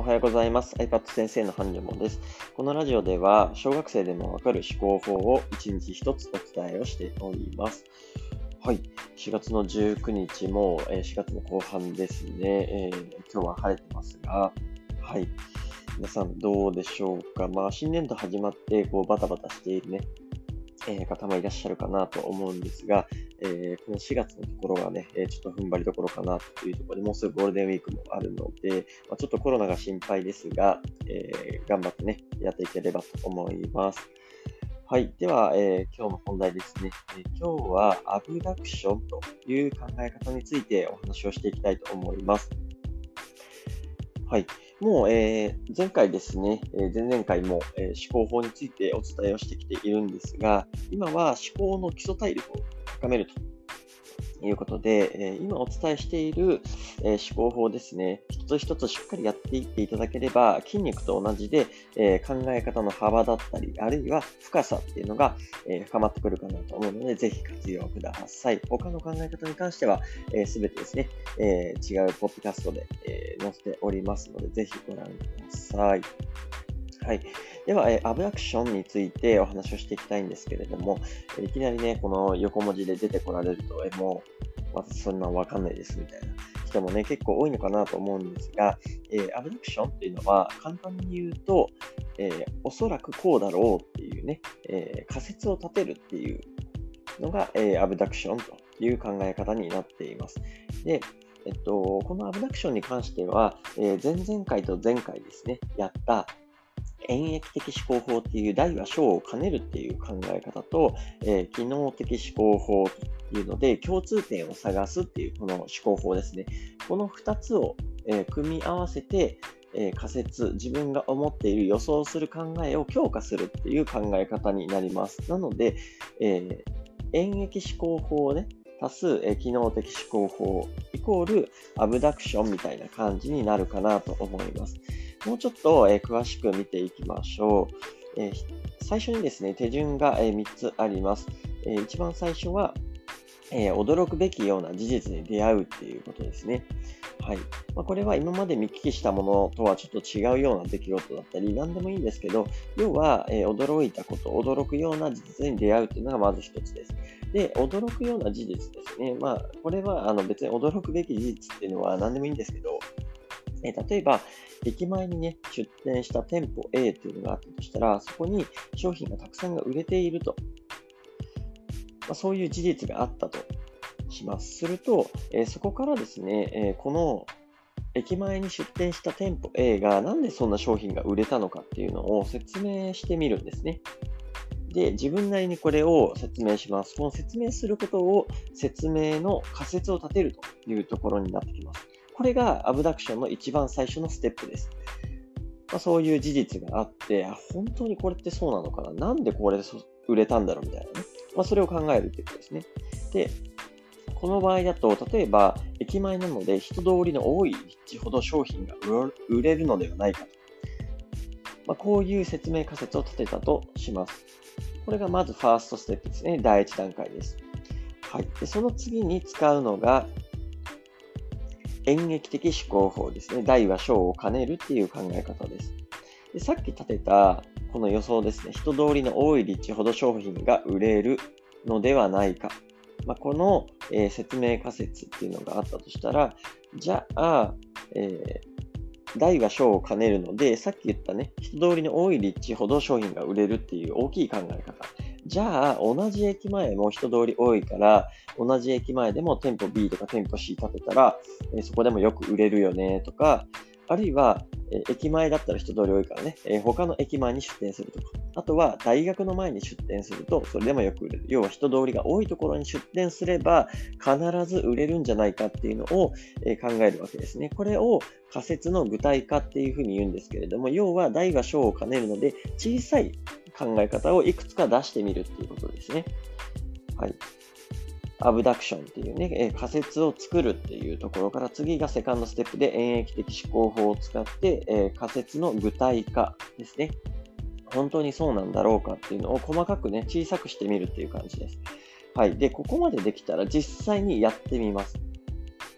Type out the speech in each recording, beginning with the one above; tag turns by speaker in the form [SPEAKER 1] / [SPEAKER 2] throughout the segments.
[SPEAKER 1] はようございます。iPad 先生のハンジョモンです。このラジオでは、小学生でもわかる思考法を一日一つお伝えをしております。はい。4月の19日も、4月の後半ですね。今日は晴れてますが、はい。皆さんどうでしょうか。新年度始まって、バタバタしているね、方もいらっしゃるかなと思うんですが、この4月のところがね、ちょっと踏ん張りどころかなというところで、もうすぐゴールデンウィークもあるので、ちょっとコロナが心配ですが、頑張ってね、やっていければと思います。はい。では、今日の本題ですね。今日はアブダクションという考え方についてお話をしていきたいと思います。はい。もう、前回ですね、前々回も、思考法についてお伝えをしてきているんですが、今は思考の基礎体力を高めるということで、今お伝えしている、思考法ですね、一つ一つしっかりやっていっていただければ、筋肉と同じで、考え方の幅だったり、あるいは深さっていうのが、深まってくるかなと思うので、ぜひ活用ください。他の考え方に関しては、すべてですね、違うポッドキャストで、載せておりますので、ぜひご覧ください。はい。では、アブダクションについてお話をしていきたいんですけれども、いきなりね、この横文字で出てこられると、もう、私そんなんわかんないですみたいな人もね、結構多いのかなと思うんですが、アブダクションっていうのは、簡単に言うと、おそらくこうだろうっていうね、仮説を立てるっていうのが、アブダクションという考え方になっています。で、このアブダクションに関しては、前々回と前回ですね、やった演繹的思考法っていう大は小を兼ねるっていう考え方と、機能的思考法というので共通点を探すっていうこの思考法ですね。この2つを、組み合わせて、仮説、自分が思っている予想する考えを強化するっていう考え方になります。なので、演繹思考法ね、足す、機能的思考法イコールアブダクションみたいな感じになるかなと思います。もうちょっと、詳しく見ていきましょう。最初にですね、手順が、3つあります。一番最初は、驚くべきような事実に出会うっていうことですね。はい。これは今まで見聞きしたものとはちょっと違うような出来事だったり、何でもいいんですけど、要は、驚いたこと、驚くような事実に出会うっていうのがまず一つです。で、驚くような事実ですね。これは別に驚くべき事実っていうのは何でもいいんですけど、例えば、駅前にね、出店した店舗 A っていうのがあったとしたら、そこに商品がたくさんが売れていると。そういう事実があったとします。すると、そこからですね、この駅前に出店した店舗 A がなんでそんな商品が売れたのかっていうのを説明してみるんですね。で、自分なりにこれを説明します。この説明することを説明の仮説を立てるというところになってきます。これがアブダクションの一番最初のステップです。そういう事実があって、本当にこれってそうなのかな、なんでこれ売れたんだろうみたいなね。それを考えるということですね。で、この場合だと、例えば、駅前なので人通りの多い立地ほど商品が売れるのではないかと。こういう説明仮説を立てたとします。これがまずファーストステップですね。第一段階です。はい。で、その次に使うのが、演繹的思考法ですね。大は小を兼ねるっていう考え方です。で、さっき立てたこの予想ですね。人通りの多い立地ほど商品が売れるのではないか。この、説明仮説っていうのがあったとしたら、じゃあ、大は小を兼ねるので、さっき言ったね、人通りの多い立地ほど商品が売れるっていう大きい考え方。じゃあ、同じ駅前も人通り多いから、同じ駅前でも店舗 B とか店舗 C 建てたら、そこでもよく売れるよねとか、あるいは、駅前だったら人通り多いからね、他の駅前に出店するとか、あとは大学の前に出店すると、それでもよく売れる。要は人通りが多いところに出店すれば、必ず売れるんじゃないかっていうのを、考えるわけですね。これを仮説の具体化っていうふうに言うんですけれども、要は大が小を兼ねるので、小さい考え方をいくつか出してみるっていうことですね。はい。アブダクションっていうね、仮説を作るっていうところから、次がセカンドステップで演繹的思考法を使って、仮説の具体化ですね。本当にそうなんだろうかっていうのを細かくね、小さくしてみるっていう感じです。はい。で、ここまでできたら実際にやってみます。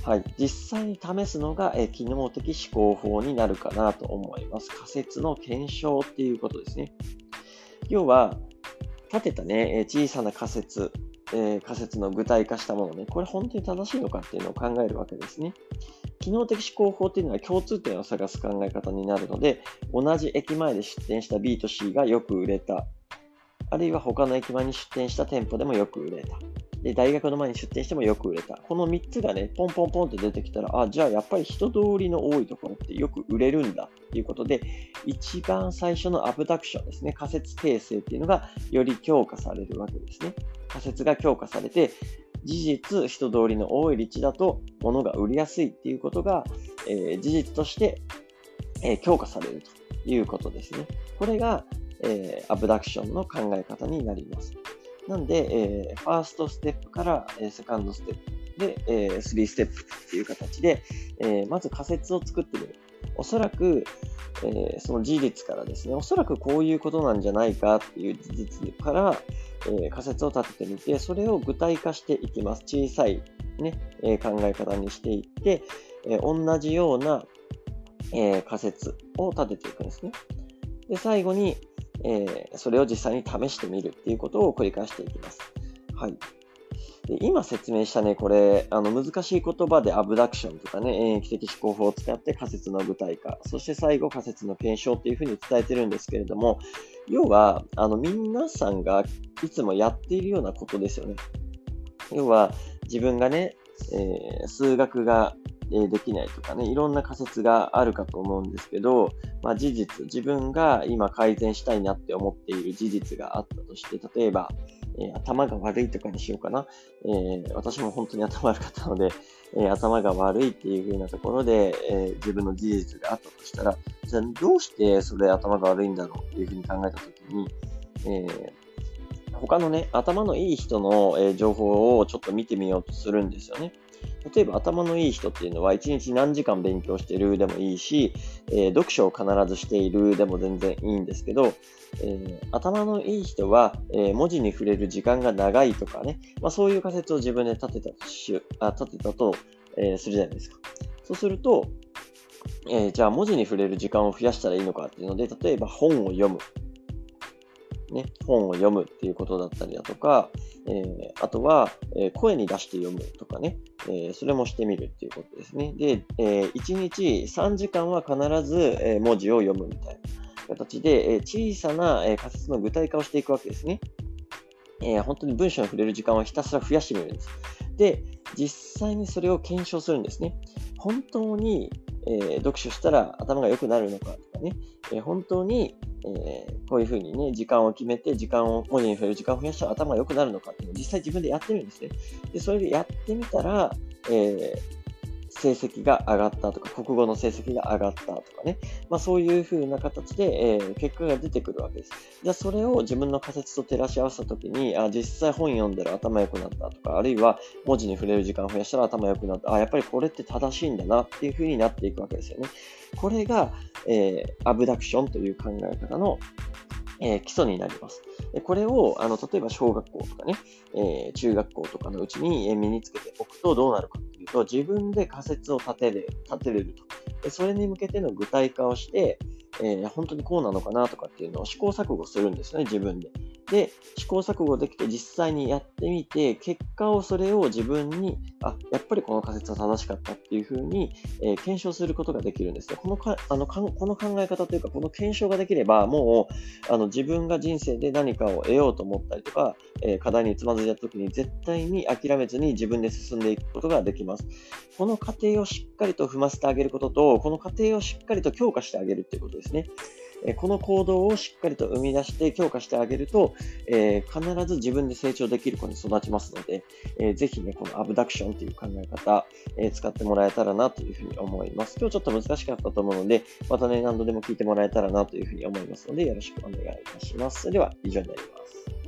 [SPEAKER 1] はい。実際に試すのが、機能的思考法になるかなと思います。仮説の検証っていうことですね。要は、立てたね、小さな仮説、仮説の具体化したものね、これ本当に正しいのかっていうのを考えるわけですね。機能的思考法っていうのは共通点を探す考え方になるので、同じ駅前で出店した B と C がよく売れた。あるいは他の駅前に出店した店舗でもよく売れた。で、大学の前に出店してもよく売れた。この3つがね、ポンポンポンって出てきたら、じゃあやっぱり人通りの多いところってよく売れるんだっていうことで、一番最初のアブダクションですね、仮説形成っていうのがより強化されるわけですね。仮説が強化されて、事実、人通りの多い立地だと物が売りやすいっていうことが、事実として、強化されるということですね。これが、アブダクションの考え方になります。なんで、ファーストステップから、セカンドステップで、3ステップっていう形で、まず仮説を作ってみる。おそらく、その事実からですね、おそらくこういうことなんじゃないかっていう事実から、仮説を立ててみて、それを具体化していきます。小さい、ね考え方にしていって、同じような、仮説を立てていくんですね。で、最後に、それを実際に試してみるっていうことを繰り返していきます。はい。で今説明したね、これ、難しい言葉でアブダクションとかね、演繹的思考法を使って仮説の具体化、そして最後仮説の検証っていうふうに伝えてるんですけれども、要は、皆さんがいつもやっているようなことですよね。要は、自分がね、数学ができないとかね、いろんな仮説があるかと思うんですけど、事実、自分が今改善したいなって思っている事実があったとして、例えば、頭が悪いとかにしようかな。私も本当に頭悪かったので、頭が悪いっていう風なところで、自分の事実があったとしたら、じゃあどうしてそれ頭が悪いんだろうっていう風に考えたときに、他のね、頭のいい人の、情報をちょっと見てみようとするんですよね。例えば頭のいい人っていうのは1日何時間勉強してるでもいいし、読書を必ずしているでも全然いいんですけど、頭のいい人は、文字に触れる時間が長いとかね、そういう仮説を自分で立てたと、するじゃないですか。そうすると、じゃあ文字に触れる時間を増やしたらいいのかっていうので、例えば本を読む。ね、本を読むっていうことだったりだとか、あとは、声に出して読むとかね、それもしてみるっていうことですね。で、1日3時間は必ず、文字を読むみたいな形で、小さな、仮説の具体化をしていくわけですね。本当に文章に触れる時間をひたすら増やしてみるんです。で、実際にそれを検証するんですね。本当に、読書したら頭が良くなるのかとかね、本当に、こういうふうにね、時間を決めて、文字に触れる時間を増やしたら頭が良くなるのかっていうのを実際自分でやってみるんですね。で、それでやってみたら、成績が上がったとか、国語の成績が上がったとかね、そういう風な形で、結果が出てくるわけです。じゃあそれを自分の仮説と照らし合わせたときに、実際本読んだら頭良くなったとか、あるいは文字に触れる時間を増やしたら頭良くなった。やっぱりこれって正しいんだなっていう風になっていくわけですよね。これが、アブダクションという考え方の基礎になります。これを、例えば小学校とかね、中学校とかのうちに身につけておくとどうなるかというと、自分で仮説を立てれると。それに向けての具体化をして、本当にこうなのかなとかっていうのを試行錯誤するんですね、自分で。で、試行錯誤できて実際にやってみて、結果をそれを自分に、やっぱりこの仮説は正しかったっていうふうに、検証することができるんですね。この考え方というか、この検証ができれば、もう、自分が人生で何かを得ようと思ったりとか、課題につまずいたときに絶対に諦めずに自分で進んでいくことができます。この過程をしっかりと踏ませてあげることと、この過程をしっかりと強化してあげるということですね。この行動をしっかりと生み出して強化してあげると、必ず自分で成長できる子に育ちますので、ぜひね、このアブダクションという考え方、使ってもらえたらなというふうに思います。今日ちょっと難しかったと思うので、またね、何度でも聞いてもらえたらなというふうに思いますので、よろしくお願いいたします。それでは、以上になります。